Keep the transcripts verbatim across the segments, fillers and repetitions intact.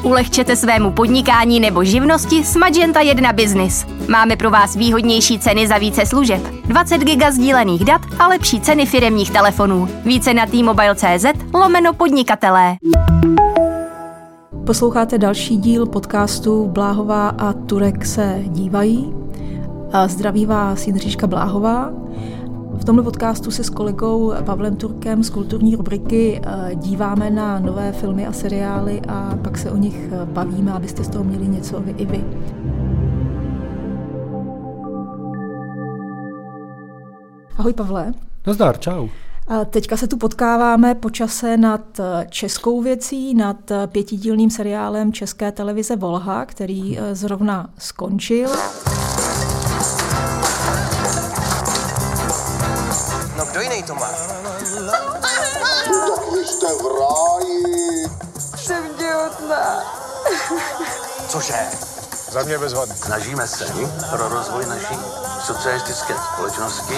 Ulehčete svému podnikání nebo živnosti s Magenta jedna Business. Máme pro vás výhodnější ceny za více služeb, dvacet giga sdílených dat a lepší ceny firemních telefonů. Více na t mobile tečka cé zet lomeno podnikatelé. Posloucháte další díl podcastu Bláhová a Turek se dívají. Zdraví vás Jindřiška Bláhová. V tomto podcastu se s kolegou Pavlem Turkem z kulturní rubriky díváme na nové filmy a seriály a pak se o nich bavíme, abyste z toho měli něco vy i vy. Ahoj Pavle. Nazdar, čau. Teďka se tu potkáváme po čase nad českou věcí, nad pětidílným seriálem České televize Volha, který zrovna skončil. No kdo jiný to má? Tak vy jste v ráji. Jsem těhotná. Cože? Za mě bezvadný. Snažíme se pro rozvoj naší socialistické společnosti.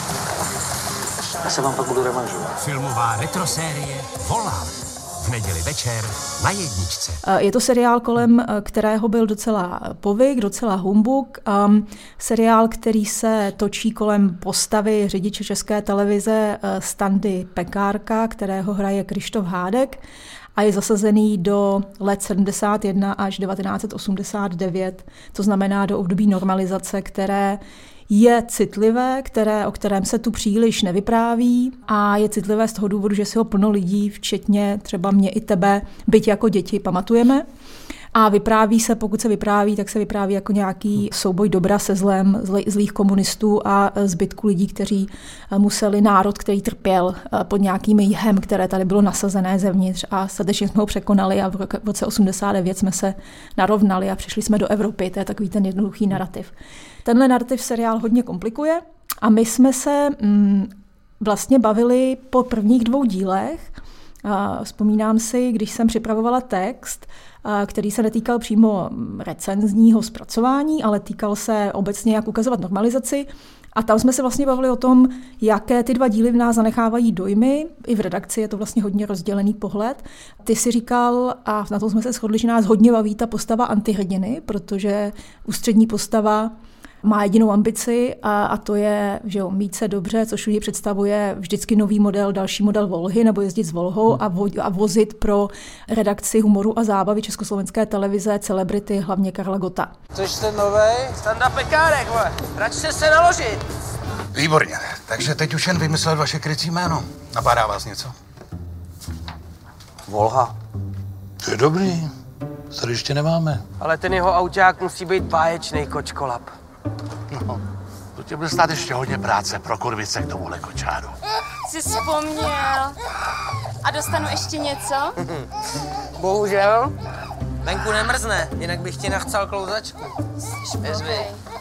Já se vám pak budu revanžovat. Filmová retrosérie Volha. V neděli večer na jedničce. Je to seriál, kolem kterého byl docela povyk, docela humbuk. Um, seriál, který se točí kolem postavy řidiče České televize Standy Pekárka, kterého hraje Krištof Hádek a je zasazený do let sedmdesát jedna až devatenáct osmdesát devět, to znamená do období normalizace, které je citlivé, které, o kterém se tu příliš nevypráví a je citlivé z toho důvodu, že si ho plno lidí, včetně třeba mě i tebe, byť jako děti, pamatujeme. A vypráví se, pokud se vypráví, tak se vypráví jako nějaký souboj dobra se zlem, zlých komunistů a zbytku lidí, kteří museli národ, který trpěl pod nějakým jihem, které tady bylo nasazené zevnitř a statečně jsme ho překonali a v roce osmdesát devět jsme se narovnali a přišli jsme do Evropy. To je takový ten jednoduchý narrativ. Tenhle narrativ seriál hodně komplikuje a my jsme se mm, vlastně bavili po prvních dvou dílech. A vzpomínám si, když jsem připravovala text, který se netýkal přímo recenzního zpracování, ale týkal se obecně, jak ukazovat normalizaci. A tam jsme se vlastně bavili o tom, jaké ty dva díly v nás zanechávají dojmy. I v redakci je to vlastně hodně rozdělený pohled. Ty si říkal, a na tom jsme se shodli, že nás hodně baví ta postava antihrdiny, protože ústřední postava má jedinou ambici a, a to je, že jo, mít se dobře, což lidi představuje vždycky nový model, další model Volhy, nebo jezdit s Volhou a, vo, a vozit pro redakci humoru a zábavy Československé televize celebrity, hlavně Karla Gotta. Což jste novej? Standa Pekárek, vole. Račte se naložit. Výborně, takže teď už jen vymyslet vaše krycí jméno. Napadá vás něco? Volha. To je dobrý, tady ještě nemáme. Ale ten jeho auták musí být báječnej, kočkolap. No, to tě bude stát ještě hodně práce pro kurvice k tomuhle kočáru. Jsi vzpomněl. A dostanu ještě něco? Bohužel. Venku nemrzne, jinak bych ti nachcal klouzačku. Vezmi.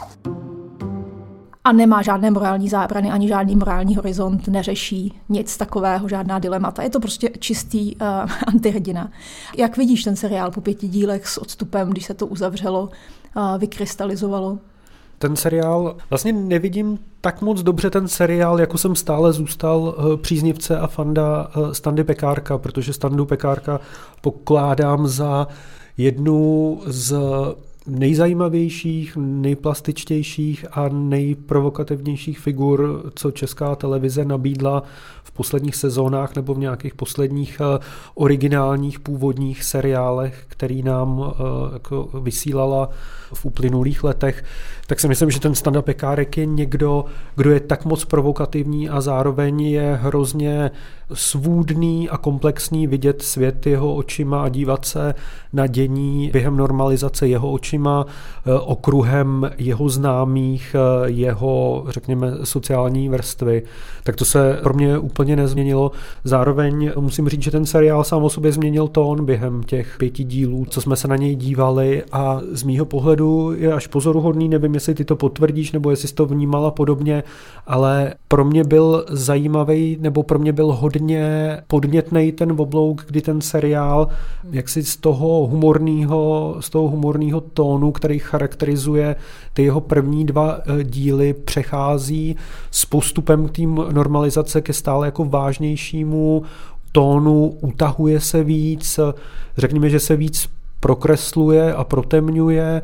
A nemá žádné morální zábrany, ani žádný morální horizont, neřeší nic takového, žádná dilemata. Je to prostě čistý uh, antihrdina. Jak vidíš ten seriál po pěti dílech s odstupem, když se to uzavřelo, uh, vykrystalizovalo? Ten seriál, vlastně nevidím tak moc dobře ten seriál, jako jsem stále zůstal příznivce a fanda Standy Pekárka, protože Standu Pekárka pokládám za jednu z nejzajímavějších, nejplastičtějších a nejprovokativnějších figur, co Česká televize nabídla v posledních sezónách nebo v nějakých posledních originálních původních seriálech, který nám jako vysílala v uplynulých letech, tak si myslím, že ten Standa Pekárek je někdo, kdo je tak moc provokativní a zároveň je hrozně svůdný a komplexní vidět svět jeho očima a dívat se na dění během normalizace jeho očima, okruhem jeho známých, jeho, řekněme, sociální vrstvy. Tak to se pro mě úplně nezměnilo. Zároveň musím říct, že ten seriál sám o sobě změnil tón během těch pěti dílů, co jsme se na něj dívali a z mýho pohledu je až pozoruhodný, nevím, jestli ty to potvrdíš, nebo jestli jsi to vnímala podobně, ale pro mě byl zajímavý, nebo pro mě byl hodně podnětnej ten oblouk, kdy ten seriál, jak si z toho humorného, z toho humorného tónu, který charakterizuje ty jeho první dva díly, přechází s postupem k tým normalizace ke stále jako vážnějšímu tónu, utahuje se víc, řekněme, že se víc prokresluje a protemňuje.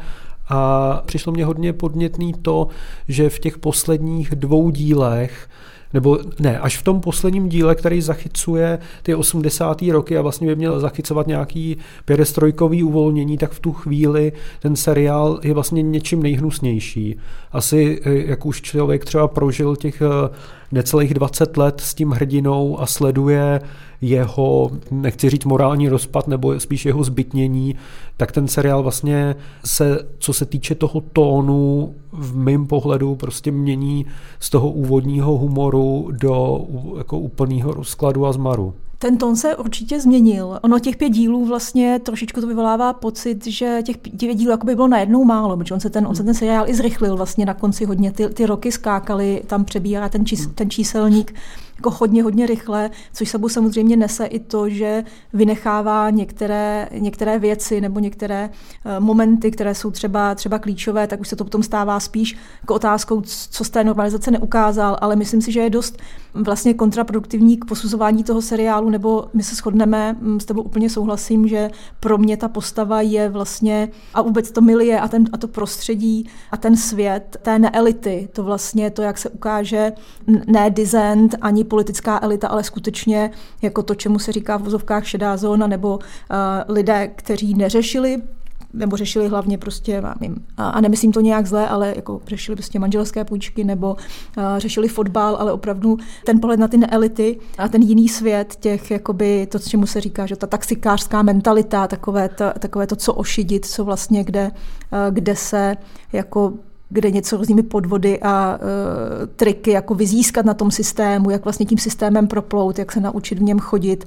A přišlo mě hodně podnětný to, že v těch posledních dvou dílech, nebo ne, až v tom posledním díle, který zachycuje ty osmdesátý roky a vlastně by měl zachycovat nějaký perestrojkový uvolnění, tak v tu chvíli ten seriál je vlastně něčím nejhnusnější. Asi, jak už člověk třeba prožil těch necelých dvacet let s tím hrdinou a sleduje jeho, nechci říct morální rozpad, nebo spíš jeho zbytnění, tak ten seriál vlastně se, co se týče toho tónu, v mém pohledu prostě mění z toho úvodního humoru do jako úplného rozkladu a zmaru. Ten tón se určitě změnil. Ono těch pět dílů vlastně trošičku to vyvolává pocit, že těch pět dílů jako by bylo najednou málo, protože on se ten, on se ten seriál i zrychlil vlastně na konci hodně. Ty, ty roky skákaly, tam přebírá ten, čís, ten číselník jako hodně, hodně rychle, což sebou samozřejmě nese i to, že vynechává některé, některé věci nebo některé uh, momenty, které jsou třeba, třeba klíčové, tak už se to potom stává spíš jako otázkou, co z té normalizace neukázal, ale myslím si, že je dost vlastně kontraproduktivní k posuzování toho seriálu, nebo my se shodneme, s tebou úplně souhlasím, že pro mě ta postava je vlastně, a vůbec to milie a, ten, a to prostředí a ten svět té neelity, to vlastně to, jak se ukáže ne dizent, ani politická elita, ale skutečně jako to, čemu se říká v vozovkách šedá zóna, nebo uh, lidé, kteří neřešili nebo řešili hlavně prostě, nevím, a nemyslím to nějak zle, ale jako řešili prostě manželské půjčky nebo uh, řešili fotbal, ale opravdu ten pohled na ty neelity a ten jiný svět těch, jakoby to, čemu se říká, že ta taxikářská mentalita, takové to, takové to, co ošidit, co vlastně, kde, uh, kde se jako kde něco různými podvody a uh, triky, jako vyzískat na tom systému, jak vlastně tím systémem proplout, jak se naučit v něm chodit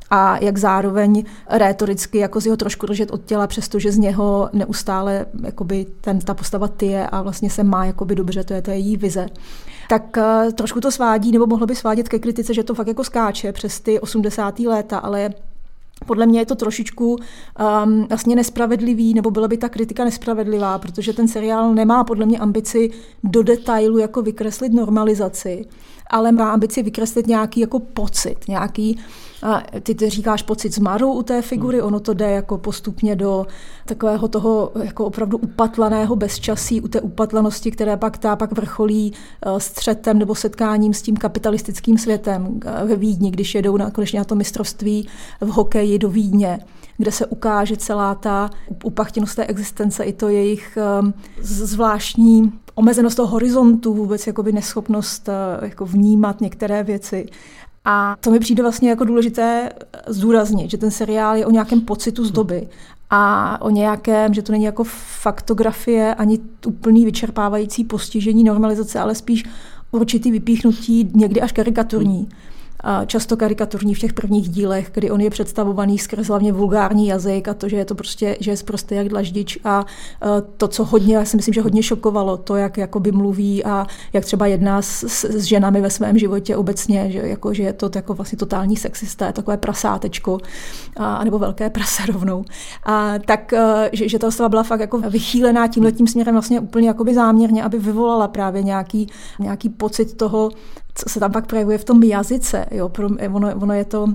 a jak zároveň rétoricky jako si ho trošku držet od těla, přestože z něho neustále jakoby ten, ta postava tyje a vlastně se má jakoby dobře, to je, to je její vize. Tak uh, trošku to svádí, nebo mohlo by svádět ke kritice, že to fakt jako skáče přes ty osmdesátá léta, ale podle mě je to trošičku um, vlastně nespravedlivý, nebo byla by ta kritika nespravedlivá, protože ten seriál nemá podle mě ambici do detailu jako vykreslit normalizaci, ale má ambici vykreslit nějaký jako pocit, nějaký, a ty ty říkáš pocit zmaru u té figury, ono to jde jako postupně do takového toho jako opravdu upatlaného bezčasí, u té upatlanosti, které pak ta pak vrcholí střetem nebo setkáním s tím kapitalistickým světem ve Vídni, když jedou na, konečně na to mistrovství v hokeji do Vídně, kde se ukáže celá ta upachtěnost té existence, i to jejich zvláštní omezenost toho horizontu, vůbec jakoby neschopnost jako vnímat některé věci. A to mi přijde vlastně jako důležité zdůraznit, že ten seriál je o nějakém pocitu z doby a o nějakém, že to není jako faktografie ani úplný vyčerpávající postižení normalizace, ale spíš určitý vypíchnutí, někdy až karikaturní. Často karikaturní v těch prvních dílech, kdy on je představovaný skrz hlavně vulgární jazyk a to, že je to prostě, že je prostě jak dlaždič a to, co hodně, já si myslím, že hodně šokovalo, to, jak jakoby mluví a jak třeba jedná s, s ženami ve svém životě obecně, že, jako, že je to jako vlastně totální sexista, takové prasátečko, a, nebo velké prase rovnou. A, tak, že, že ta ostava byla fakt jako vychýlená tímhletím směrem vlastně úplně jakoby záměrně, aby vyvolala právě nějaký, nějaký pocit toho, co se tam pak projevuje v tom jazyce. Jo? Pro, ono, ono je to um,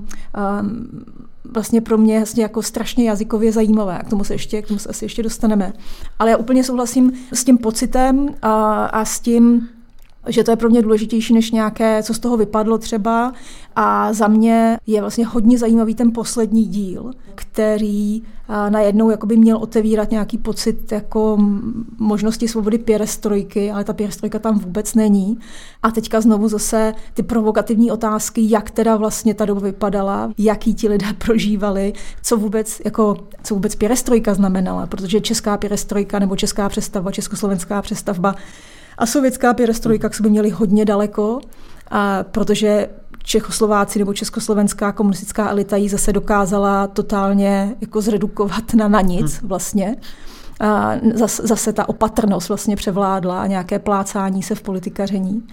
vlastně pro mě vlastně jako strašně jazykově zajímavé. K tomu se ještě, k tomu se asi ještě dostaneme. Ale já úplně souhlasím s tím pocitem a, a s tím, že to je pro mě důležitější než nějaké, co z toho vypadlo třeba. A za mě je vlastně hodně zajímavý ten poslední díl, který najednou jakoby měl otevírat nějaký pocit jako možnosti svobody perestrojky, ale ta perestrojka tam vůbec není. A teďka znovu zase ty provokativní otázky, jak teda vlastně ta doba vypadala, jaký ti lidé prožívali, co vůbec, jako, co vůbec perestrojka znamenala, protože česká perestrojka nebo česká přestavba, československá přestavba a sovětská perestrojka k sobě měli hodně daleko, a protože Čechoslováci nebo československá komunistická elita ji zase dokázala totálně jako zredukovat na, na nic vlastně. A zase, zase ta opatrnost vlastně převládla a nějaké plácání se v politikaření.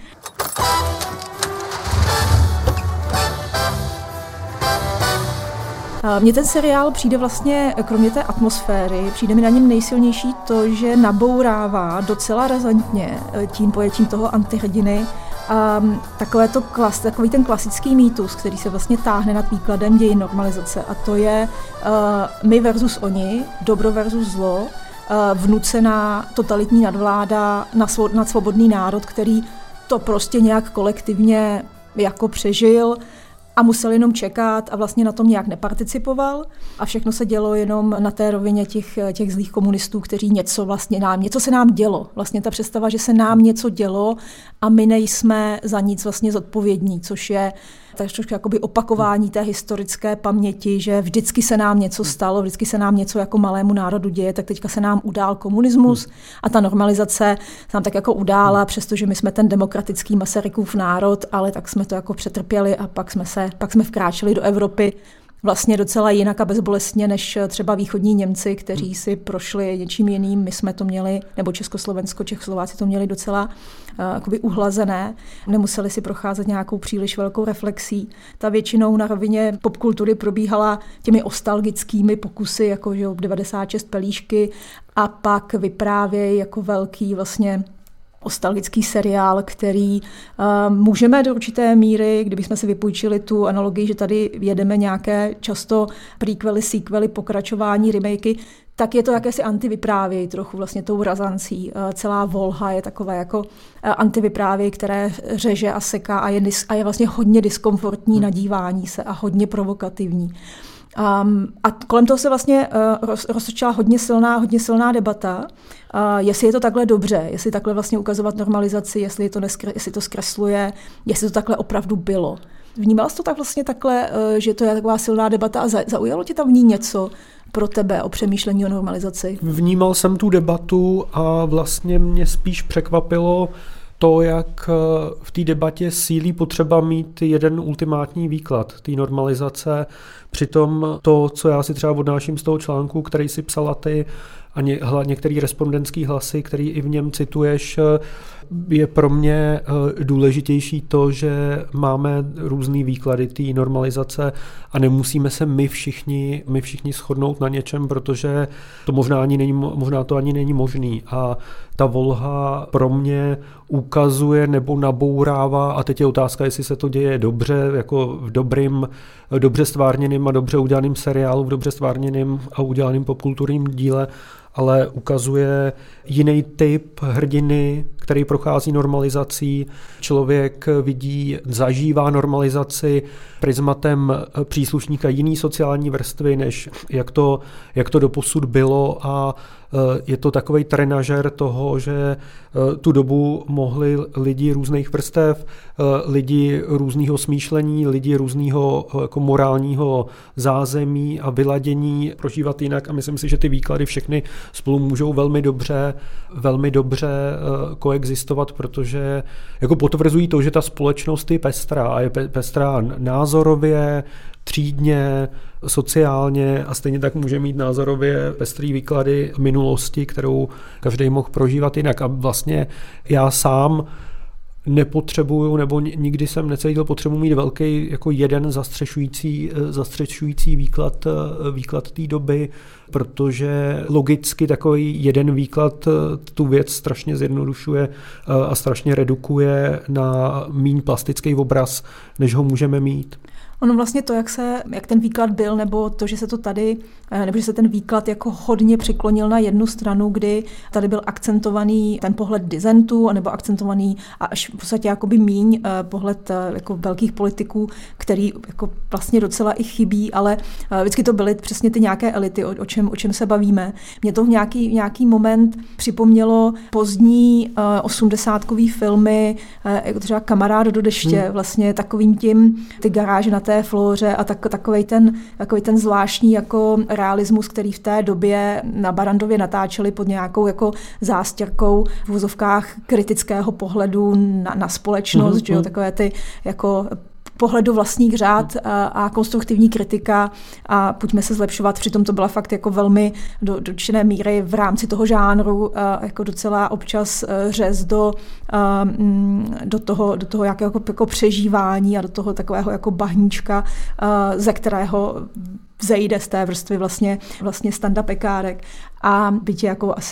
Mně ten seriál přijde vlastně, kromě té atmosféry, přijde mi na něm nejsilnější to, že nabourává docela razantně tím pojetím toho antihrdiny Um, takové to klas, takový ten klasický mýtus, který se vlastně táhne nad výkladem dějin normalizace, a to je uh, my versus oni, dobro versus zlo, uh, vnucená totalitní nadvláda na svo, nad svobodný národ, který to prostě nějak kolektivně jako přežil a musel jenom čekat a vlastně na tom nějak neparticipoval a všechno se dělo jenom na té rovině těch, těch zlých komunistů, kteří něco vlastně nám, něco se nám dělo. Vlastně ta představa, že se nám něco dělo a my nejsme za nic vlastně zodpovědní, což je takže jakoby opakování té historické paměti, že vždycky se nám něco stalo, vždycky se nám něco jako malému národu děje, tak teďka se nám udál komunismus a ta normalizace se nám tak jako udála, přestože my jsme ten demokratický Masarykův národ, ale tak jsme to jako přetrpěli a pak jsme se, pak jsme vkráčeli do Evropy vlastně docela jinak a bezbolestně než třeba východní Němci, kteří si prošli něčím jiným. My jsme to měli, nebo Československo, Čechoslováci to měli docela uh, jakoby uhlazené. Nemuseli si procházet nějakou příliš velkou reflexí. Ta většinou na rovině popkultury probíhala těmi ostalgickými pokusy, jako že devadesát šest Pelíšky a pak vyprávěj jako velký vlastně nostalgický seriál, který uh, můžeme do určité míry, kdybychom si vypůjčili tu analogii, že tady jedeme nějaké často prequely, sequely, pokračování, remakey, tak je to jakési antivyprávěj, trochu vlastně tou razancí. Uh, celá Volha je takové jako uh, antivyprávěj, které řeže a seká a je, a je vlastně hodně diskomfortní na dívání se a hodně provokativní. Um, a kolem toho se vlastně uh, roz, roztočila hodně silná, hodně silná debata, uh, jestli je to takhle dobře, jestli takhle vlastně ukazovat normalizaci, jestli, je to neskre, jestli to zkresluje, jestli to takhle opravdu bylo. Vnímala jsi to tak vlastně takhle, uh, že to je taková silná debata a za, zaujalo tě tam v ní něco pro tebe o přemýšlení o normalizaci? Vnímal jsem tu debatu a vlastně mě spíš překvapilo to, jak v té debatě sílí potřeba mít jeden ultimátní výklad té normalizace. Přitom to, co já si třeba odnáším z toho článku, který si psala ty a ně, hla, některý respondentský hlasy, který i v něm cituješ, je pro mě důležitější to, že máme různý výklady té normalizace a nemusíme se my všichni, my všichni shodnout na něčem, protože to možná, ani není, možná to ani není možný. A ta Volha pro mě ukazuje nebo nabourává, a teď je otázka, jestli se to děje dobře, jako v dobrým, dobře stvárněným a dobře udělaným seriálu, v dobře stvárněným a udělaným popkulturním díle, ale ukazuje jiný typ hrdiny, který prochází normalizací. Člověk vidí, zažívá normalizaci prismatem příslušníka jiný sociální vrstvy, než jak to, jak to doposud bylo, a je to takovej trenažer toho, že tu dobu mohli lidi různých vrstev, lidi různého smýšlení, lidi různého jako morálního zázemí a vyladění prožívat jinak, a myslím si, že ty výklady všechny spolu můžou velmi dobře, velmi dobře koexistovat, protože jako potvrzují to, že ta společnost je pestrá a je pestrá názorově, třídně, sociálně a stejně tak může mít názorově pestrý výklady minulosti, kterou každý mohl prožívat jinak. A vlastně já sám nepotřebuju, nebo nikdy jsem necítil potřebu mít velký jako jeden zastřešující, zastřešující výklad, výklad té doby, protože logicky takový jeden výklad tu věc strašně zjednodušuje a strašně redukuje na míň plastický obraz, než ho můžeme mít. Ono vlastně to, jak, se, jak ten výklad byl, nebo to, že se to tady, nebo že se ten výklad jako hodně přiklonil na jednu stranu, kdy tady byl akcentovaný ten pohled dizentů, nebo akcentovaný a až v podstatě jakoby míň pohled jako velkých politiků, který jako vlastně docela i chybí, ale vždycky to byly přesně ty nějaké elity, o, o, čem, o čem se bavíme. Mě to v nějaký, nějaký moment připomnělo pozdní uh, osmdesátkový filmy, uh, jako třeba Kamarád do deště, hmm. vlastně takovým tím, ty garáže na té Flóře a tak, takovej, ten, takovej ten zvláštní jako realismus, který v té době na Barrandově natáčeli pod nějakou jako zástěrkou v vozovkách kritického pohledu na, na společnost, mm-hmm. že jo, takové ty jako pohledu vlastních řád a, a konstruktivní kritika a pojďme se zlepšovat. Přitom to byla fakt jako velmi do dotčené míry v rámci toho žánru a jako docela občas řez do, a, do toho, do toho jakého jako přežívání a do toho takového jako bahníčka, a, ze kterého vzejde z té vrstvy vlastně, vlastně Standa Pekárek. A byť jako asi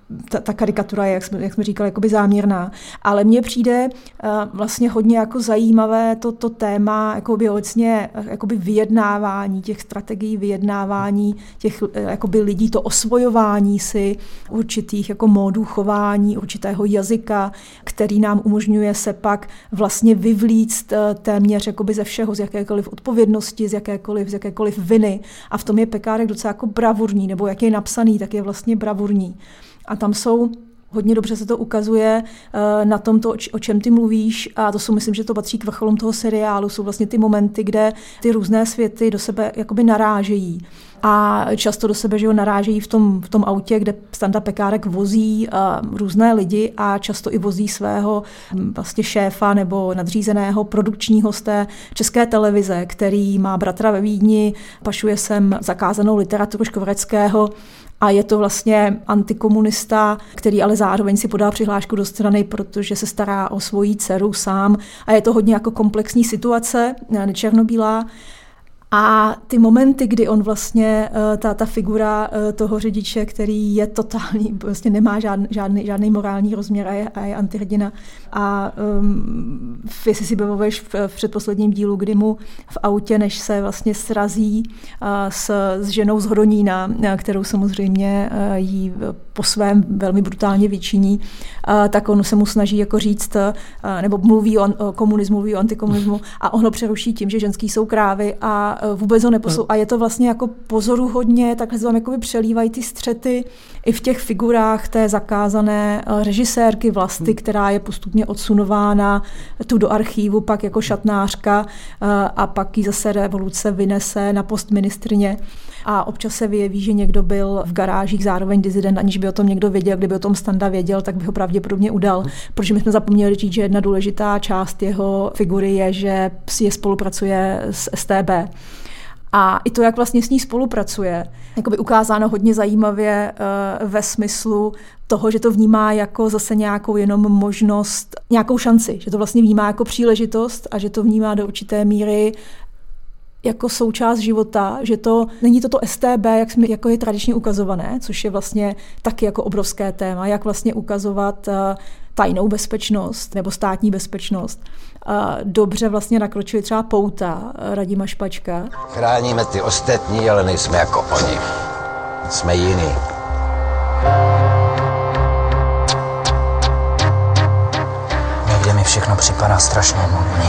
ta, ta karikatura je, jak jsme, jak jsme říkali, jakoby záměrná. Ale mně přijde uh, vlastně hodně jako zajímavé to, to téma jakoby obecně jakoby vyjednávání, těch strategií vyjednávání těch jakoby lidí, to osvojování si určitých jako módů chování, určitého jazyka, který nám umožňuje se pak vlastně vyvlíct téměř jakoby ze všeho, z jakékoliv odpovědnosti, z jakékoliv, z jakékoliv viny. A v tom je Pekárek docela jako bravurní, nebo jak je napsaný, tak je vlastně bravurní. A tam jsou, hodně dobře se to ukazuje na tom, to, o čem ty mluvíš, a to jsou, myslím, že to patří k vrcholům toho seriálu, jsou vlastně ty momenty, kde ty různé světy do sebe jakoby narážejí. A často do sebe, že ho narážejí v tom, v tom autě, kde Standa Pekárek vozí uh, různé lidi a často i vozí svého um, vlastně šéfa nebo nadřízeného produkčního z té České televize, který má bratra ve Vídni, pašuje sem zakázanou literaturu Škvoreckého. A je to vlastně antikomunista, který ale zároveň si podal přihlášku do strany, protože se stará o svoji dceru sám. A je to hodně jako komplexní situace, nečernobílá. A ty momenty, kdy on vlastně, ta, ta figura toho řidiče, který je totální, vlastně nemá žádný, žádný, žádný morální rozměr a je, a je antihrdina. A um, jestli si bavuješ v, v předposledním dílu, kdy mu v autě, než se vlastně srazí uh, s, s ženou z Hodonína, kterou samozřejmě uh, jí po svém velmi brutálně vyčiní, uh, tak on se mu snaží jako říct, uh, nebo mluví o, o komunismu, mluví o antikomunismu a on ho přeruší tím, že ženský jsou krávy a vůbec ho neposlou. A je to vlastně jako pozoruhodně, takhle se vám jakoby přelívají ty střety i v těch figurách té zakázané režisérky Vlasty, která je postupně odsunována tu do archívu, pak jako šatnářka a pak jí zase revoluce vynese na post ministryně. A občas se vyjeví, že někdo byl v garážích zároveň disident, aniž by o tom někdo věděl. Kdyby o tom Standa věděl, tak by ho pravděpodobně udal. Protože my jsme zapomněli říct, že jedna důležitá část jeho figury je, že je spolupracuje s S T B. A i to, jak vlastně s ní spolupracuje, jakoby ukázáno hodně zajímavě uh, ve smyslu toho, že to vnímá jako zase nějakou jenom možnost, nějakou šanci, že to vlastně vnímá jako příležitost a že to vnímá do určité míry jako součást života, že to není toto S T B, jak, jsme, jako je tradičně ukazované, což je vlastně taky jako obrovské téma, jak vlastně ukazovat uh, tajnou bezpečnost nebo státní bezpečnost. Uh, dobře vlastně nakročili třeba Pouta, uh, Radima Špačka. Chráníme ty ostatní, ale nejsme jako oni. Jsme jiní. Někde mi všechno připadá strašně nudný.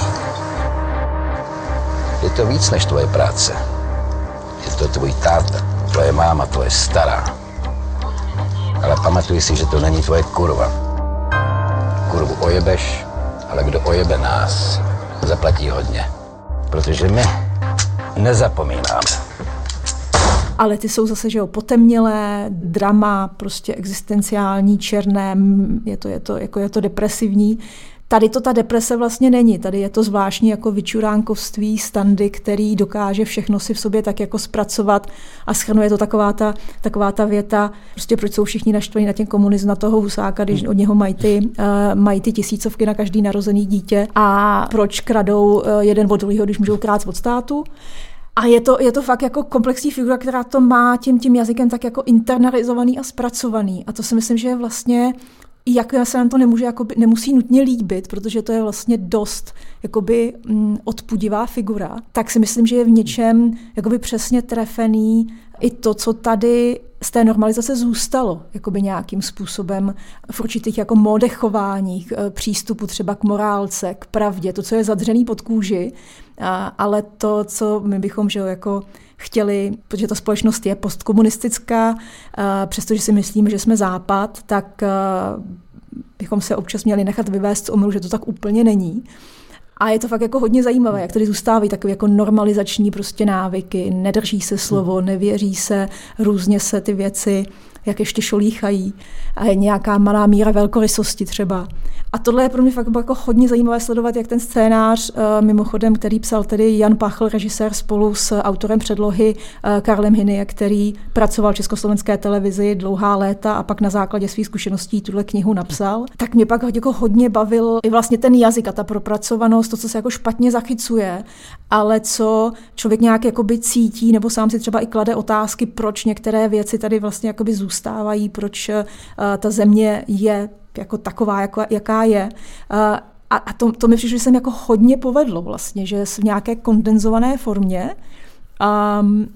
Je to víc než tvoje práce. Je to tvůj táta, tvoje máma, tvoje stará. Ale pamatuj si, že to není tvoje kurva. Kurvu ojebeš, ale kdo ojebe nás, zaplatí hodně. Protože my nezapomínáme. Ale ty jsou zase, že jo, potemnělé, drama, prostě existenciální, černé, je to, je to, jako je to depresivní. Tady to ta deprese vlastně není, tady je to zvláštní jako vyčuránkovství Standy, který dokáže všechno si v sobě tak jako zpracovat a shrnuje to taková ta, taková ta věta, prostě proč jsou všichni naštvaní na ten komunism, na toho Husáka, když od něho mají ty, uh, mají ty tisícovky na každý narozený dítě a proč kradou uh, jeden od druhého, když můžou krát od státu. A je to, je to fakt jako komplexní figura, která to má tím, tím jazykem tak jako internalizovaný a zpracovaný. A to si myslím, že je vlastně jak se nám to nemůže, jakoby, nemusí nutně líbit, protože to je vlastně dost jakoby, mm, odpudivá figura, tak si myslím, že je v něčem jakoby přesně trefený i to, co tady z té normalizace zůstalo jakoby nějakým způsobem v určitých jako módech chováních, přístupu třeba k morálce, k pravdě, to, co je zadřený pod kůži, ale to, co my bychom že jako chtěli, protože ta společnost je postkomunistická, přestože si myslíme, že jsme Západ, tak bychom se občas měli nechat vyvést z omylu, že to tak úplně není. A je to fakt jako hodně zajímavé, jak tady zůstávají takové jako normalizační prostě návyky, nedrží se slovo, nevěří se, různě se ty věci, jak ještě šolíchají a je nějaká malá míra velkorysosti třeba. A tohle je pro mě fakt jako hodně zajímavé sledovat, jak ten scénář, mimochodem, který psal tedy Jan Pachl, režisér, spolu s autorem předlohy Karlem Hynie, který pracoval v Československé televizi dlouhá léta a pak na základě svých zkušeností tuhle knihu napsal, tak mě pak jako hodně bavil i vlastně ten jazyk a ta propracovanost pozornost, to, co se jako špatně zachycuje, ale co člověk nějak jakoby cítí, nebo sám si třeba i klade otázky, proč některé věci tady vlastně jakoby zůstávají, proč uh, ta země je jako taková, jako, jaká je. Uh, a a to, to mi přišlo, že se mi jako hodně povedlo vlastně, že v nějaké kondenzované formě um,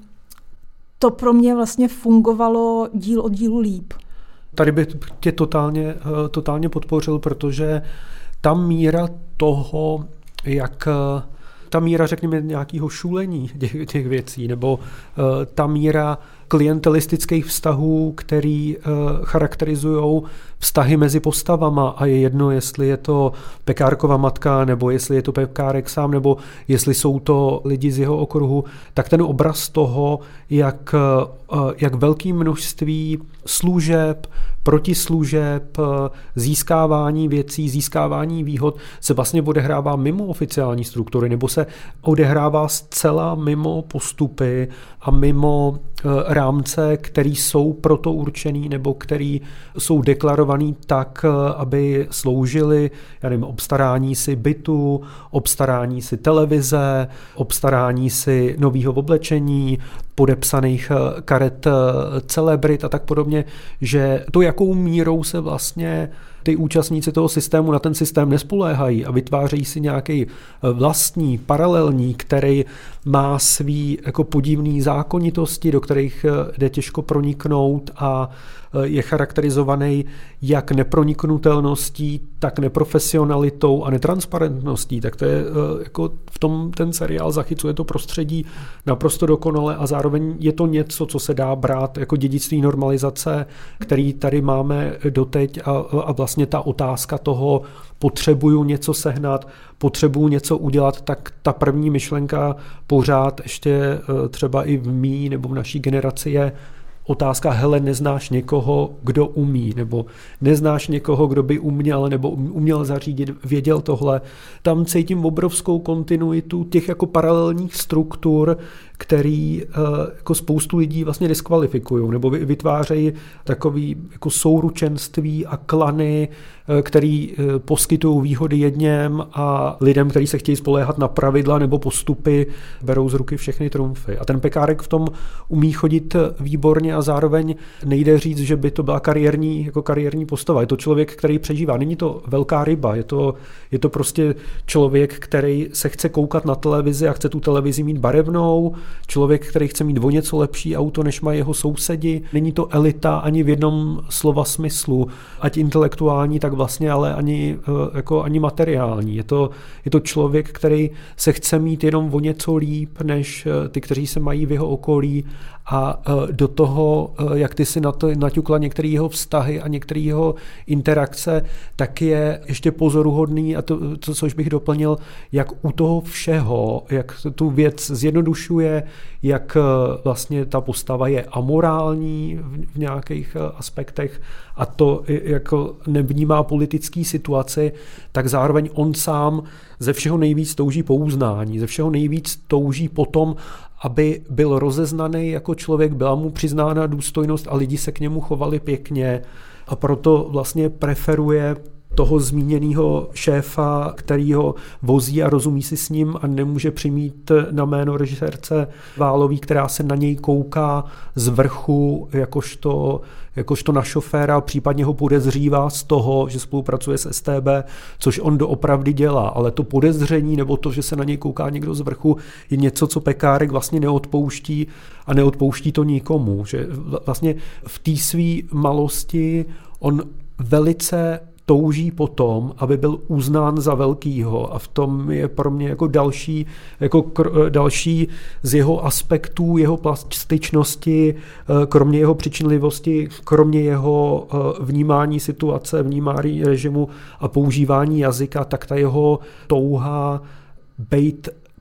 to pro mě vlastně fungovalo díl od dílu líp. Tady bych tě totálně, totálně podpořil, protože ta míra toho, jak ta míra, řekněme, nějakého šulení těch, těch věcí, nebo uh, ta míra klientelistických vztahů, který uh, charakterizují vztahy mezi postavama a je jedno, jestli je to Pekárkova matka, nebo jestli je to Pekárek sám, nebo jestli jsou to lidi z jeho okruhu, tak ten obraz toho, jak, uh, jak velké množství služeb, protislužeb, získávání věcí, získávání výhod se vlastně odehrává mimo oficiální struktury, nebo se odehrává zcela mimo postupy a mimo rámce, který jsou proto určený nebo který jsou deklarovaný tak, aby sloužili, já nevím, obstarání si bytu, obstarání si televize, obstarání si nového oblečení, podepsaných karet celebrit a tak podobně, že to, jakou mírou se vlastně ty účastníci toho systému na ten systém nespoléhají a vytvářejí si nějaký vlastní, paralelní, který má svý jako podivný zákonitosti, do kterých jde těžko proniknout a je charakterizovaný jak neproniknutelností, tak neprofesionalitou a netransparentností. Tak to je jako v tom ten seriál zachycuje to prostředí naprosto dokonale a zároveň je to něco, co se dá brát jako dědictví normalizace, který tady máme doteď a, a vlastně ta otázka toho, potřebuju něco sehnat, potřebuju něco udělat, tak ta první myšlenka pořád ještě třeba i v mý nebo v naší generaci je otázka, hele, neznáš někoho, kdo umí, nebo neznáš někoho, kdo by uměl, nebo uměl zařídit, věděl tohle. Tam cítím obrovskou kontinuitu těch jako paralelních struktur, který jako spoustu lidí vlastně diskvalifikují, nebo vytvářejí takový jako souručenství a klany, který poskytují výhody jedněm a lidem, kteří se chtějí spoléhat na pravidla nebo postupy, berou z ruky všechny trumfy. A ten Pekárek v tom umí chodit výborně a zároveň nejde říct, že by to byla kariérní, jako kariérní postava. Je to člověk, který přežívá. Není to velká ryba, je to, je to prostě člověk, který se chce koukat na televizi a chce tu televizi mít barevnou, člověk, který chce mít o něco lepší auto, než mají jeho sousedi. Není to elita ani v jednom slova smyslu, ať intelektuální, tak vlastně, ale ani, jako, ani materiální. Je to, je to člověk, který se chce mít jenom o něco líp, než ty, kteří se mají v jeho okolí a do toho, jak ty si naťukla některé jeho vztahy a některé jeho interakce, tak je ještě pozoruhodný a to, to, což bych doplnil, jak u toho všeho, jak tu věc zjednodušuje, jak vlastně ta postava je amorální v nějakých aspektech a to jako nevnímá politický situaci, tak zároveň on sám ze všeho nejvíc touží po uznání, ze všeho nejvíc touží potom, aby byl rozeznaný jako člověk, byla mu přiznána důstojnost a lidi se k němu chovali pěkně a proto vlastně preferuje toho zmíněného šéfa, který ho vozí a rozumí si s ním a nemůže přimít na jméno režisérce Válový, která se na něj kouká z vrchu jakožto, jakožto na šoféra, případně ho podezřívá z toho, že spolupracuje s S T B, což on doopravdy dělá. Ale to podezření nebo to, že se na něj kouká někdo z vrchu, je něco, co Pekárek vlastně neodpouští a neodpouští to nikomu. Že vlastně v té své malosti on velice touží potom, aby byl uznán za velkýho a v tom je pro mě jako další, jako kr, další z jeho aspektů, jeho plastičnosti, kromě jeho přičinlivosti, kromě jeho vnímání situace, vnímání režimu a používání jazyka, tak ta jeho touha bejt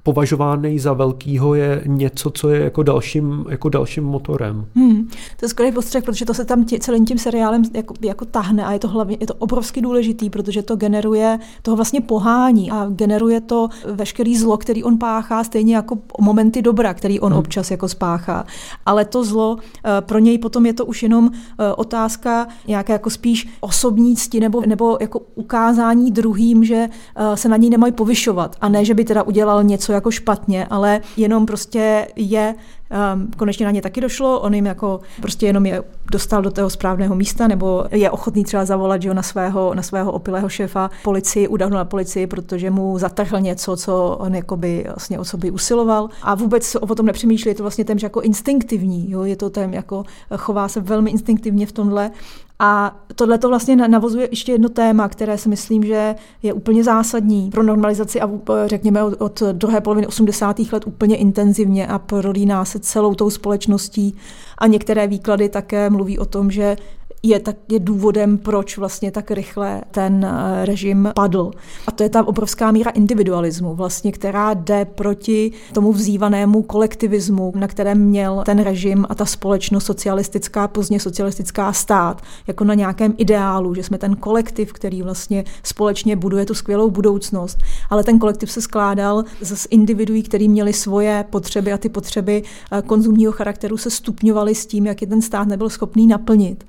považovaný za velkýho je něco, co je jako dalším, jako dalším motorem. Hmm, to je skvělý postřeh, protože to se tam tě, celým tím seriálem jako, jako tahne a je to hlavně, je to obrovsky důležitý, protože to generuje, toho vlastně pohání a generuje to veškerý zlo, který on páchá, stejně jako momenty dobra, který on hmm. občas jako spáchá. Ale to zlo, pro něj potom je to už jenom otázka nějaké jako spíš osobní cti nebo, nebo jako ukázání druhým, že se na něj nemají povyšovat a ne, že by teda udělal něco jako špatně, ale jenom prostě je Um, konečně na ně taky došlo, on jim jako prostě jenom je dostal do toho správného místa, nebo je ochotný třeba zavolat, že jo, na svého, na svého opilého šéfa policii, udahnu na policii, protože mu zatrhl něco, co on jakoby vlastně o sobě usiloval a vůbec o tom nepřemýšlí, je to vlastně téměř jako instinktivní, jo, je to téměř jako chová se velmi instinktivně v tomhle. A tohle to vlastně navozuje ještě jedno téma, které si myslím, že je úplně zásadní pro normalizaci a řekněme od, od druhé poloviny osmdesátých let úplně intenzivně a prolíná se celou tou společností a některé výklady také mluví o tom, že je, tak, je důvodem, proč vlastně tak rychle ten režim padl. A to je ta obrovská míra individualismu, vlastně, která jde proti tomu vzývanému kolektivismu, na kterém měl ten režim a ta společnost socialistická, pozdně socialistická stát, jako na nějakém ideálu, že jsme ten kolektiv, který vlastně společně buduje tu skvělou budoucnost. Ale ten kolektiv se skládal z individuí, který měli svoje potřeby a ty potřeby konzumního charakteru se stupňovaly s tím, jak je ten stát nebyl schopný naplnit.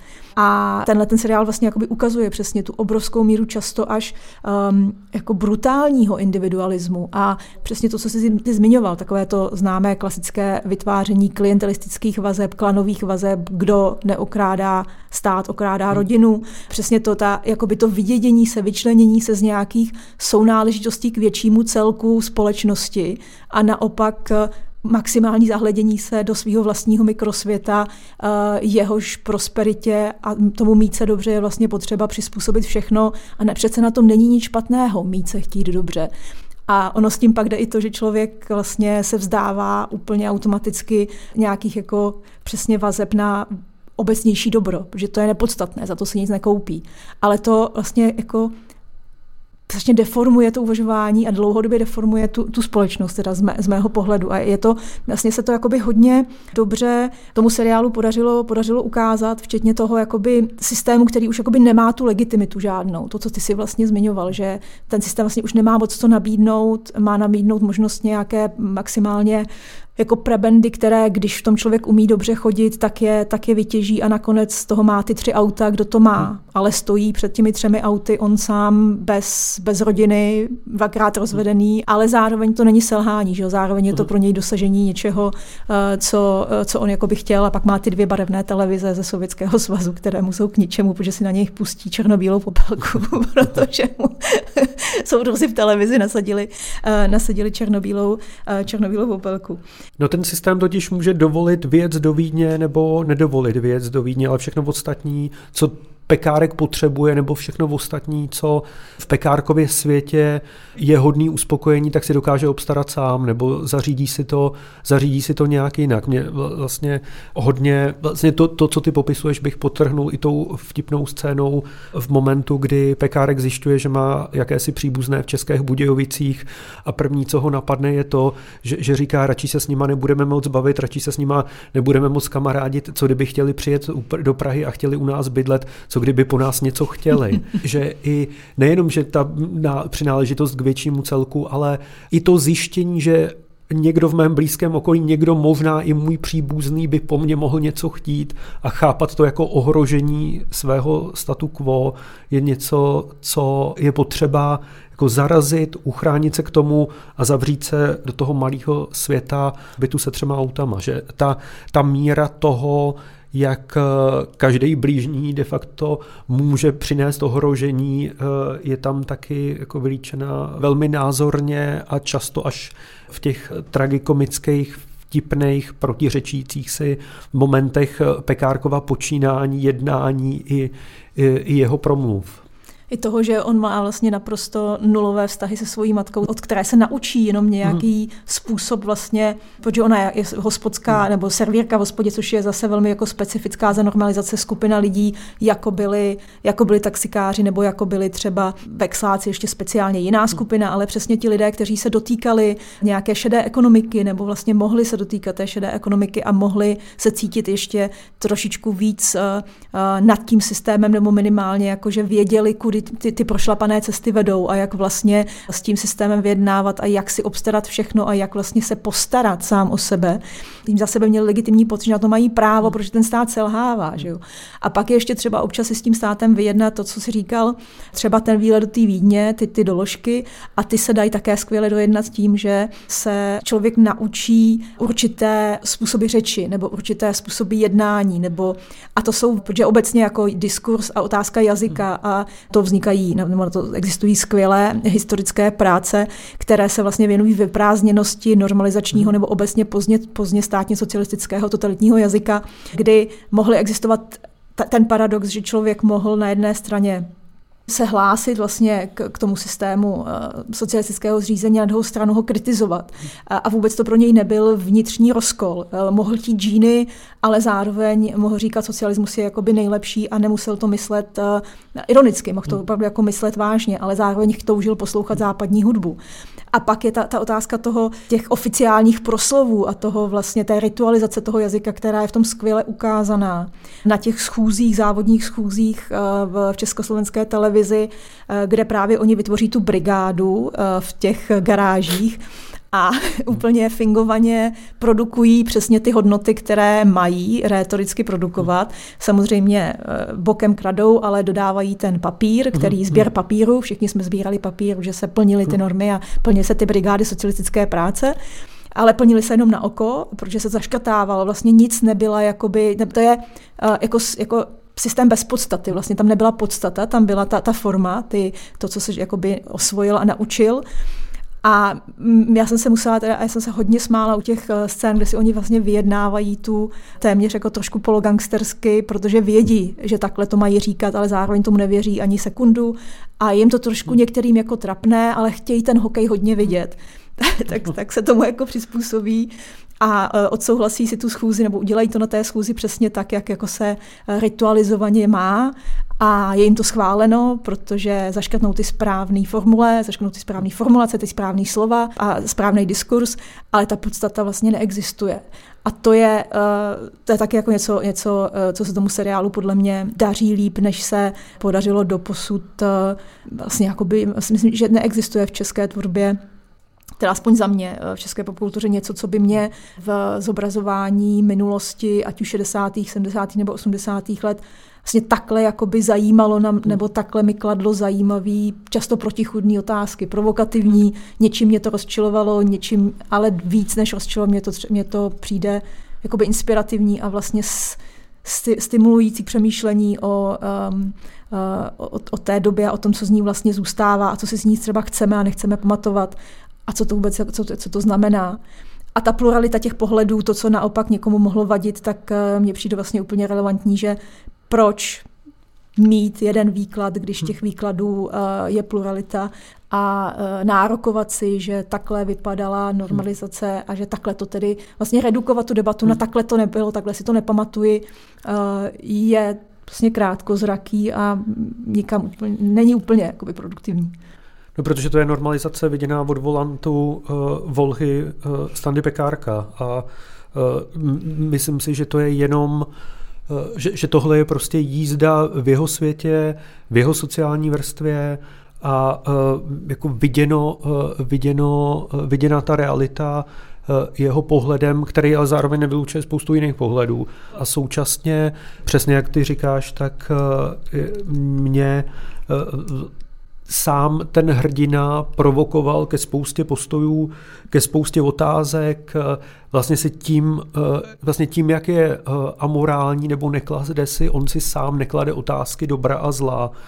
A tenhle ten seriál vlastně jakoby ukazuje přesně tu obrovskou míru často až um, jako brutálního individualismu a přesně to, co jsi ty zmiňoval, takové to známé klasické vytváření klientelistických vazeb, klanových vazeb, kdo neokrádá stát, okrádá rodinu. Přesně to, ta, jakoby to vydědění se, vyčlenění se z nějakých sounáležitostí k většímu celku společnosti a naopak maximální zahledění se do svého vlastního mikrosvěta, jehož prosperitě a tomu mít se dobře je vlastně potřeba přizpůsobit všechno a ne, přece na tom není nic špatného mít se chtít dobře. A ono s tím pak jde i to, že člověk vlastně se vzdává úplně automaticky nějakých jako přesně vazeb na obecnější dobro, protože to je nepodstatné, za to se nic nekoupí. Ale to vlastně jako vlastně deformuje to uvažování a dlouhodobě deformuje tu, tu společnost, teda z, mé, z mého pohledu. A je to, vlastně se to jakoby hodně dobře tomu seriálu podařilo, podařilo ukázat, včetně toho jakoby systému, který už jakoby nemá tu legitimitu žádnou. To, co ty si vlastně zmiňoval, že ten systém vlastně už nemá moc co nabídnout, má nabídnout možnost nějaké maximálně jako prebendy, které, když v tom člověk umí dobře chodit, tak je, tak je vytěží a nakonec z toho má ty tři auta, kdo to má. Hmm. Ale stojí před těmi třemi auty on sám bez, bez rodiny, dvakrát rozvedený, ale zároveň to není selhání, že jo? Zároveň je to pro něj dosažení něčeho, co, co on jako by chtěl a pak má ty dvě barevné televize ze Sovětského svazu, které mu jsou k ničemu, protože si na něj pustí černobílou popelku, protože mu soudruzi v televizi nasadili, nasadili černobílou, černobílou popelku. No ten systém totiž může dovolit věc do Vídně nebo nedovolit věc do Vídně, ale všechno ostatní, co pekárek potřebuje, nebo všechno ostatní, co v pekárkově světě je hodný uspokojení, tak si dokáže obstarat sám, nebo zařídí si to, zařídí si to nějak jinak. Mě vlastně hodně, vlastně to, to, co ty popisuješ, bych podtrhnul i tou vtipnou scénou v momentu, kdy pekárek zjišťuje, že má jakési příbuzné v Českých Budějovicích a první, co ho napadne, je to, že, že říká, radši se s nima nebudeme moc bavit, radši se s nima nebudeme moc kamarádit, co kdyby chtěli přijet do Prahy a chtěli u nás bydlet, co kdyby po nás něco chtěli. Že i nejenom, že ta přináležitost k většímu celku, ale i to zjištění, že někdo v mém blízkém okolí, někdo možná i můj příbuzný by po mně mohl něco chtít a chápat to jako ohrožení svého statu quo je něco, co je potřeba jako zarazit, uchránit se k tomu a zavřít se do toho malého světa bytu se třema autama. Že ta, ta míra toho, jak každý blížní de facto může přinést ohrožení, je tam taky jako vylíčena velmi názorně a často až v těch tragikomických, vtipných, protiřečících si momentech Pekárkova počínání, jednání i, i, i jeho promluv. I toho, že on má vlastně naprosto nulové vztahy se svojí matkou, od které se naučí jenom nějaký hmm. způsob vlastně, protože ona je hospodská nebo servírka v hospodě, což je zase velmi jako specifická za normalizace skupina lidí, jako byli, jako byli taxikáři nebo jako byli třeba vexláci, ještě speciálně jiná skupina, ale přesně ti lidé, kteří se dotýkali nějaké šedé ekonomiky nebo vlastně mohli se dotýkat té šedé ekonomiky a mohli se cítit ještě trošičku víc uh, uh, nad tím systémem nebo minimálně jakože věděli, kudy ty, ty prošlapané cesty vedou a jak vlastně s tím systémem vyjednávat a jak si obstarat všechno a jak vlastně se postarat sám o sebe. Tím za sebe měli legitimní pocit, že na to mají právo, protože ten stát selhává. Že jo? A pak je ještě třeba občas si s tím státem vyjednat to, co si říkal, třeba ten výlet do té Vídně, ty, ty doložky a ty se dají také skvěle dojednat tím, že se člověk naučí určité způsoby řeči nebo určité způsoby jednání, nebo a to jsou, protože obecně jako diskurs a otázka jazyka a to vznikají, nebo to existují skvělé historické práce, které se vlastně věnují vyprázdněnosti normalizačního nebo obecně pozdně, pozdně státně socialistického totalitního jazyka, kdy mohly existovat t- ten paradox, že člověk mohl na jedné straně se hlásit vlastně k, k tomu systému uh, socialistického zřízení a na druhou stranu ho kritizovat. A, a vůbec to pro něj nebyl vnitřní rozkol. Uh, mohl chtít džíny, ale zároveň mohl říkat, socialismus je jakoby nejlepší a nemusel to myslet uh, ironicky, mohl to opravdu jako myslet vážně, ale zároveň toužil poslouchat západní hudbu. A pak je ta, ta otázka toho těch oficiálních proslovů a toho vlastně té ritualizace toho jazyka, která je v tom skvěle ukázaná na těch schůzích, závodních schůzích uh, v, v československé televizi, uh, kde právě oni vytvoří tu brigádu uh, v těch garážích a úplně fingovaně produkují přesně ty hodnoty, které mají rétoricky produkovat. Samozřejmě bokem kradou, ale dodávají ten papír, který sběr papíru, všichni jsme sbírali papír, že se plnily ty normy a plnily se ty brigády socialistické práce. Ale plnili se jenom na oko, protože se zaškrtávalo. Vlastně nic nebyla, jakoby, to je uh, jako, jako systém bez podstaty. Vlastně tam nebyla podstata, tam byla ta, ta forma, ty, to, co se jakoby osvojil a naučil. A já jsem se musela, teda, já jsem se hodně smála u těch scén, kde si oni vlastně vyjednávají tu téměř jako trošku pologangstersky, protože vědí, že takhle to mají říkat, ale zároveň tomu nevěří ani sekundu a jim to trošku některým jako trapné, ale chtějí ten hokej hodně vidět. tak, tak se tomu jako přizpůsobí a odsouhlasí si tu schůzi nebo udělají to na té schůzi přesně tak, jak jako se ritualizovaně má a je jim to schváleno, protože zaškrtnou ty správné formule, zaškrtnou ty správné formulace, ty správné slova a správný diskurs, ale ta podstata vlastně neexistuje. A to je, to je taky jako něco, něco, co se tomu seriálu podle mě daří líp, než se podařilo doposud. Vlastně jakoby, myslím, že neexistuje v české tvorbě, teda aspoň za mě v české popkultuře něco, co by mě v zobrazování minulosti, ať už šedesátých, sedmdesátých nebo osmdesátých let, vlastně takhle jakoby zajímalo nám, nebo takhle mi kladlo zajímavý, často protichůdný otázky, provokativní, něčím mě to rozčilovalo, něčím, ale víc než rozčilovalo, mě to, mě to přijde jakoby inspirativní a vlastně s, sti, stimulující přemýšlení o, um, uh, o, o té době a o tom, co z ní vlastně zůstává a co si z ní třeba chceme a nechceme pamatovat a co to vůbec, co, co to znamená. A ta pluralita těch pohledů, to, co naopak někomu mohlo vadit, tak mně přijde vlastně úplně relevantní, že proč mít jeden výklad, když těch výkladů je pluralita a nárokovat si, že takhle vypadala normalizace a že takhle to tedy, vlastně redukovat tu debatu na takhle to nebylo, takhle si to nepamatuji, je vlastně krátkozraký a nikam úplně, není úplně jakoby produktivní. No, protože to je normalizace viděná od volantu uh, Volhy uh, Standy Pekárka a uh, myslím si, že to je jenom, uh, že, že tohle je prostě jízda v jeho světě, v jeho sociální vrstvě a uh, jako viděno, uh, viděno, uh, viděná ta realita uh, jeho pohledem, který ale zároveň nevylučuje spoustu jiných pohledů. A současně, přesně jak ty říkáš, tak uh, mě uh, sám ten hrdina provokoval ke spoustě postojů, ke spoustě otázek, vlastně si tím, vlastně tím, jak je amorální nebo neklade si, on si sám neklade otázky dobra a zla,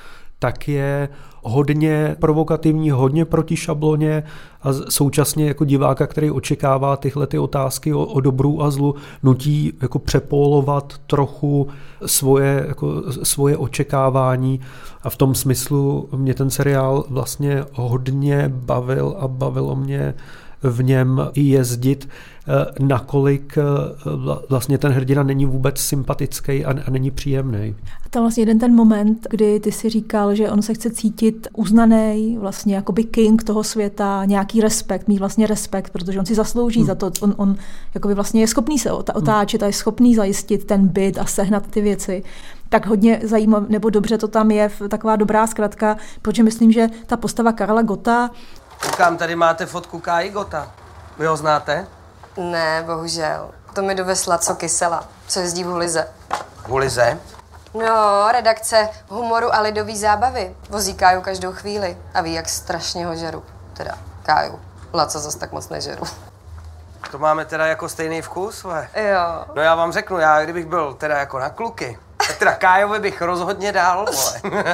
tak je hodně provokativní, hodně proti šabloně a současně jako diváka, který očekává tyhle ty otázky o, o dobru a zlu, nutí jako přepólovat trochu svoje, jako svoje očekávání a v tom smyslu mě ten seriál vlastně hodně bavil a bavilo mě v něm i jezdit, nakolik vlastně ten hrdina není vůbec sympatický a není příjemný. Tam vlastně jeden ten moment, kdy ty si říkal, že on se chce cítit uznaný, vlastně jakoby king toho světa, nějaký respekt, mít vlastně respekt, protože on si zaslouží hmm. za to, on, on jakoby vlastně je schopný se otáčet a je schopný zajistit ten byt a sehnat ty věci. Tak hodně zajímavé, nebo dobře to tam je, taková dobrá zkratka, protože myslím, že ta postava Karla Gotta. Koukám, tady máte fotku Káji Gotta. Vy ho znáte? Ne, bohužel. To mi dovesla co Kysela, co jezdí v Hulize. V Hulize? No, redakce humoru a lidový zábavy. Vozí Káju každou chvíli a ví, jak strašně ho žeru. Teda Káju. Laco zas tak moc nežeru. To máme teda jako stejný vkus, ve? Jo. No já vám řeknu, já kdybych byl teda jako na kluky, tak teda Kájovi bych rozhodně dal, vole.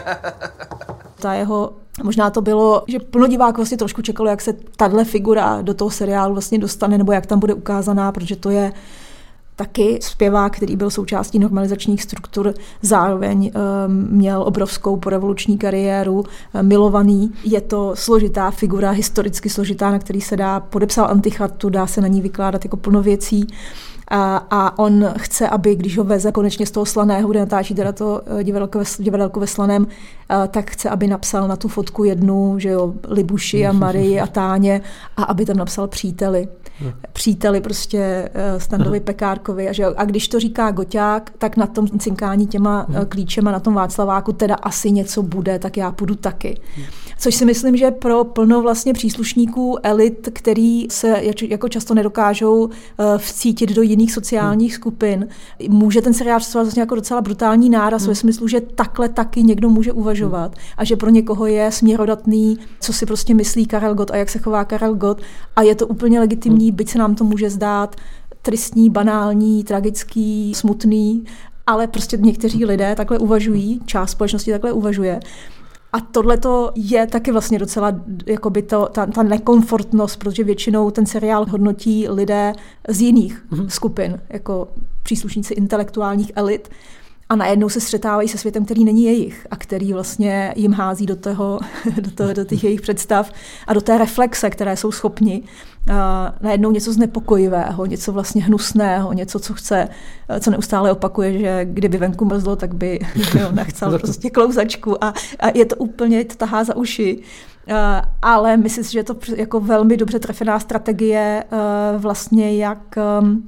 Ta jeho, možná to bylo, že plno diváků vlastně trošku čekalo, jak se tahle figura do toho seriálu vlastně dostane, nebo jak tam bude ukázaná, protože to je taky zpěvák, který byl součástí normalizačních struktur, zároveň um, měl obrovskou porevoluční kariéru, um, milovaný. Je to složitá figura, historicky složitá, na který se dá, podepsal antichartu, dá se na ní vykládat jako plno věcí. A, a on chce, aby když ho veze konečně z toho Slaného, kde natáčí teda to divadelko ve, divadelko ve Slaném, tak chce, aby napsal na tu fotku jednu, že jo, Libuši a Marii a Táně a aby tam napsal příteli. Příteli prostě Standovi Pekárkovi. A, že jo, a když to říká Goťák, tak na tom cinkání těma klíčema na tom Václaváku teda asi něco bude, tak já půjdu taky. Což si myslím, že pro plno vlastně příslušníků elit, který se jako často nedokážou vcítit do jiných sociálních skupin, může ten seriál představovat vlastně jako docela brutální náraz ve smyslu, že takhle taky někdo může uvažovat a že pro někoho je směrodatný, co si prostě myslí Karel Gott a jak se chová Karel Gott a je to úplně legitimní, byť se nám to může zdát tristní, banální, tragický, smutný, ale prostě někteří lidé takhle uvažují, část společnosti takhle uvažuje. A tohleto je taky vlastně docela jakoby to, ta, ta nekomfortnost, protože většinou ten seriál hodnotí lidé z jiných mm-hmm. skupin, jako příslušníci intelektuálních elit. A najednou se střetávají se světem, který není jejich a který vlastně jim hází do, toho, do, toho, do těch jejich představ a do té reflexe, které jsou schopni. A najednou něco znepokojivého, něco vlastně hnusného, něco, co chce, co neustále opakuje, že kdyby venku mrzlo, tak by jo, nechcel prostě klouzačku a, a je to úplně, to tahá za uši. Uh, ale myslím si, že je to jako velmi dobře trefená strategie uh, vlastně jak um,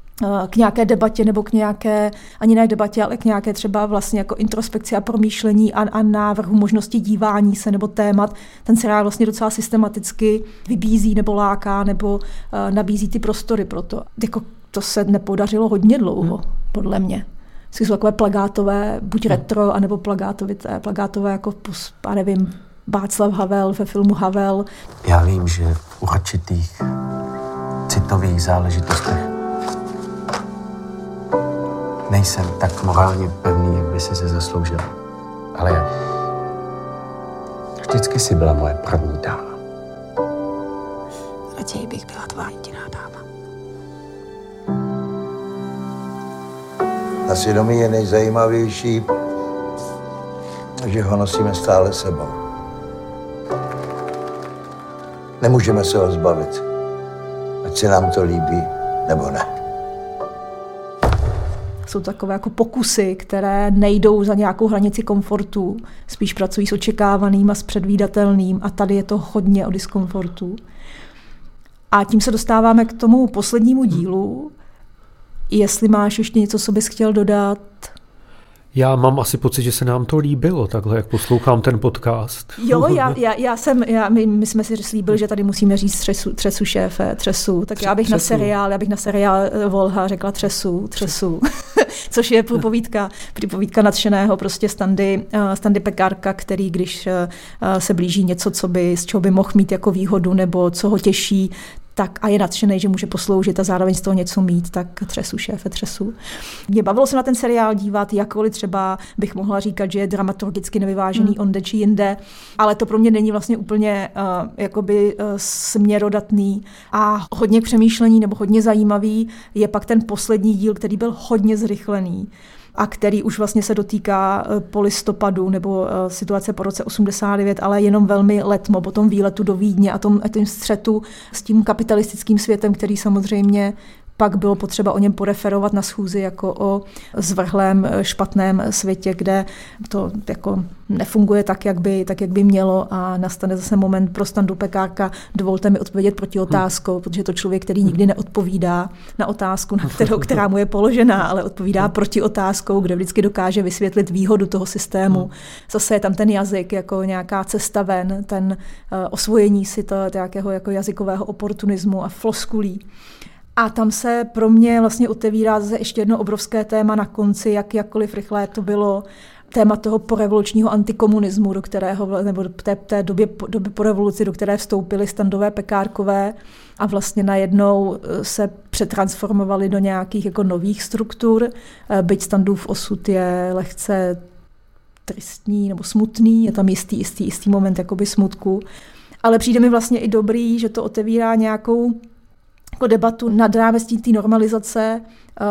k nějaké debatě nebo k nějaké, ani ne debatě, ale k nějaké třeba vlastně jako introspekci a promýšlení a, a návrhu možnosti dívání se nebo témat. Ten seriál vlastně docela systematicky vybízí nebo láká nebo uh, nabízí ty prostory pro to. Jako to se nepodařilo hodně dlouho, hmm. podle mě. Jsou takové plagátové, buď retro, anebo plagátovité, plagátové jako, já nevím, Václav Havel ve filmu Havel. Já vím, že v určitých citových záležitostech nejsem tak morálně pevný, jak by si se zasloužil. Ale vždycky jsi byla moje první dáma. Raději bych byla tvá jediná dáma. Na svědomí je nejzajímavější, že ho nosíme stále sebou. Nemůžeme se ho zbavit, ať se nám to líbí, nebo ne. Jsou takové jako pokusy, které nejdou za nějakou hranici komfortu, spíš pracují s očekávaným a s předvídatelným a tady je to hodně o diskomfortu. A tím se dostáváme k tomu poslednímu dílu. Jestli máš ještě něco, co bys chtěl dodat? Já mám asi pocit, že se nám to líbilo, takhle, jak poslouchám ten podcast. Jo, já, já, já jsem, já, my, my jsme si slíbili, že tady musíme říct třesu, třesu šéfe, třesu, tak já bych třesu. na seriál, já bych na seriál Volha řekla třesu, třesu, což je povídka, povídka nadšeného prostě Standy, Standy Pekárka, který, když se blíží něco, co by, z čeho by mohl mít jako výhodu, nebo co ho těší, tak a je nadšený, že může posloužit a zároveň z toho něco mít, tak třesu šéfe, třesu. Mě bavilo se na ten seriál dívat, jakkoliv třeba bych mohla říkat, že je dramaturgicky nevyvážený hmm. onde či jinde, ale to pro mě není vlastně úplně uh, jakoby uh, směrodatný a hodně přemýšlení nebo hodně zajímavý je pak ten poslední díl, který byl hodně zrychlený a který už vlastně se dotýká po listopadu nebo situace po roce osmdesát devět, ale jenom velmi letmo po tom výletu do Vídně a tom, a tom střetu s tím kapitalistickým světem, který samozřejmě pak bylo potřeba o něm poreferovat na schůzi jako o zvrhlém špatném světě, kde to jako nefunguje tak, jak by, tak, jak by mělo a nastane zase moment pro Standu Pekárka. Dovolte mi odpovědět proti otázkou, protože je to člověk, který nikdy neodpovídá na otázku, na kterou, která mu je položená, ale odpovídá proti otázkou, kde vždycky dokáže vysvětlit výhodu toho systému. Zase je tam ten jazyk jako nějaká cesta ven, ten uh, osvojení si to nějakého jako jazykového oportunismu a floskulí. A tam se pro mě vlastně otevírá zase ještě jedno obrovské téma na konci, jak jakkoliv rychle to bylo, téma toho porevolučního antikomunismu, do kterého, nebo té, té době, doby po revoluci, do které vstoupily Standové Pekárkové a vlastně najednou se přetransformovali do nějakých jako nových struktur, byť Standův osud je lehce tristní nebo smutný, je tam jistý, jistý, jistý moment jakoby smutku, ale přijde mi vlastně i dobrý, že to otevírá nějakou jako debatu nad rámec té normalizace,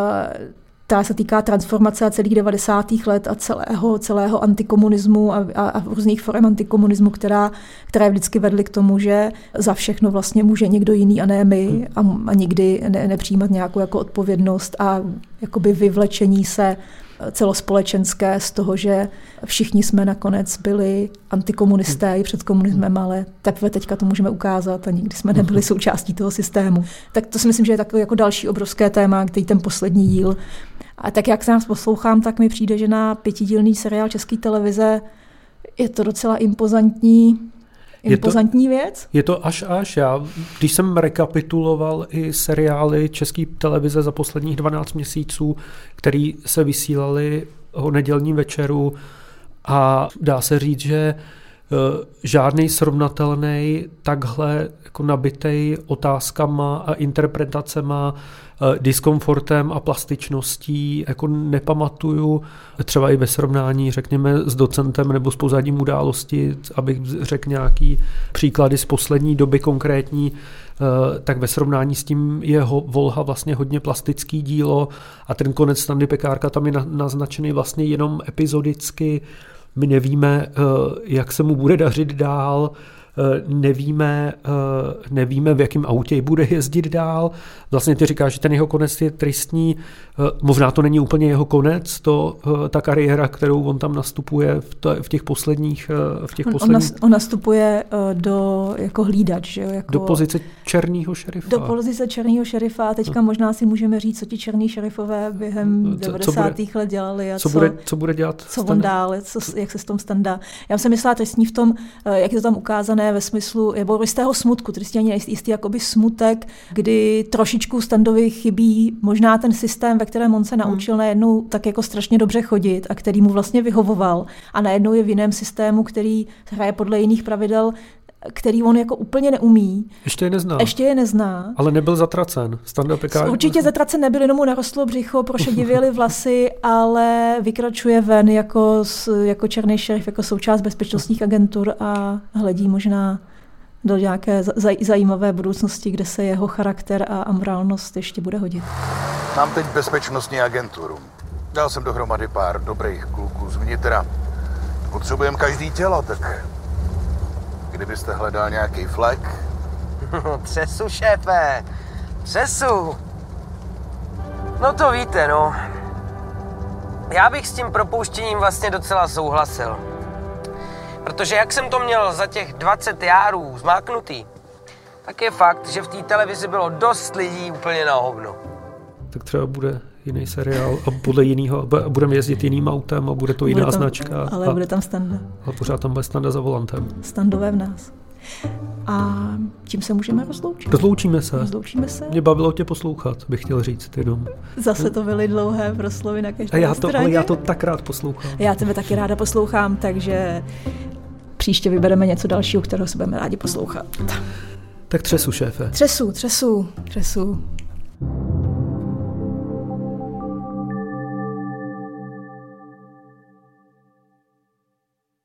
která se týká transformace a celých devadesátých let a celého, celého antikomunismu a, a, a různých forem antikomunismu, která, které vždycky vedly k tomu, že za všechno vlastně může někdo jiný a ne my a, a nikdy ne, nepřijímat nějakou jako odpovědnost a jakoby vyvlečení se celospolečenské z toho, že všichni jsme nakonec byli antikomunisté i před komunismem, ale teprve teďka to můžeme ukázat a nikdy jsme nebyli součástí toho systému. Tak to si myslím, že je takové jako další obrovské téma, který ten poslední díl. A tak jak se nás poslouchám, tak mi přijde, že na pětidílný seriál České televize je to docela impozantní Impozantní je to, věc? Je to až až. Já, když jsem rekapituloval i seriály České televize za posledních dvanáct měsíců, který se vysílali o nedělním večeru a dá se říct, že uh, žádný srovnatelný takhle jako nabitej otázkama a interpretacema, uh, diskomfortem a plastičností jako nepamatuju, třeba i ve srovnání, řekněme, s docentem nebo s pozadím události, abych řekl nějaký příklady z poslední doby konkrétní, tak ve srovnání s tím je Volha vlastně hodně plastický dílo a ten konec Standy Pekárka tam je naznačený vlastně jenom epizodicky. My nevíme, jak se mu bude dařit dál, nevíme, nevíme, v jakém autě bude jezdit dál. Vlastně ty říkáš, že ten jeho konec je tristní. Možná to není úplně jeho konec, to, ta kariéra, kterou on tam nastupuje v, to, v těch posledních... V těch on, posledních... on nastupuje do jako hlídač, že jo? Jako, do pozice černého šerifa. Do pozice černého šerifa a teďka možná si můžeme říct, co ti černí šerifové během co, devadesátých let dělali a co, co, bude, co bude dělat co on dál, co, jak se s tom Standa. Já jsem myslela tristní v tom, jak je to tam ukázané ve smyslu, nebo jistého smutku, tristní ani jistý, jistý jakoby smutek, kdy trošičku Standovi chybí možná ten systém, ve kterém on se naučil najednou tak jako strašně dobře chodit a který mu vlastně vyhovoval a najednou je v jiném systému, který hraje podle jiných pravidel, který on jako úplně neumí. Ještě je nezná. Ještě je nezná. Ale nebyl zatracen. Standa Pekárka. Určitě zatracen nebyl, jenom mu narostlo břicho, prošedivěly vlasy, ale vykračuje ven jako, jako černý šerif, jako součást bezpečnostních agentur a hledí možná do nějaké zaj, zajímavé budoucnosti, kde se jeho charakter a amorálnost ještě bude hodit. Mám teď bezpečnostní agenturu. Dal jsem dohromady pár dobrých kluků z vnitra. Potřebujeme každý tělo, tak kdybyste hledal nějaký flek? Třesu, šéfe, třesu. No to víte, no. Já bych s tím propouštěním vlastně docela souhlasil. Protože jak jsem to měl za těch dvacet járů zmáknutý, tak je fakt, že v té televizi bylo dost lidí úplně na hovno. Tak třeba bude jiný seriál a podle jiného, budeme jezdit jiným autem a bude to jiná bude tam, značka. Ale a, bude tam Standa. A pořád tam bude Standa za volantem. Standové v nás. A tím se můžeme rozloučit. Rozloučíme se. Rozloučíme se. Mě bavilo tě poslouchat, bych chtěl říct jenom. Zase to byly dlouhé proslovy na každé a já to, straně. Ale já to tak rád poslouchám. Já tebe taky ráda poslouchám, takže příště vybereme něco dalšího, kterého se budeme rádi poslouchat. Tak třesu, šéfe. Třesu, třesu, třesu.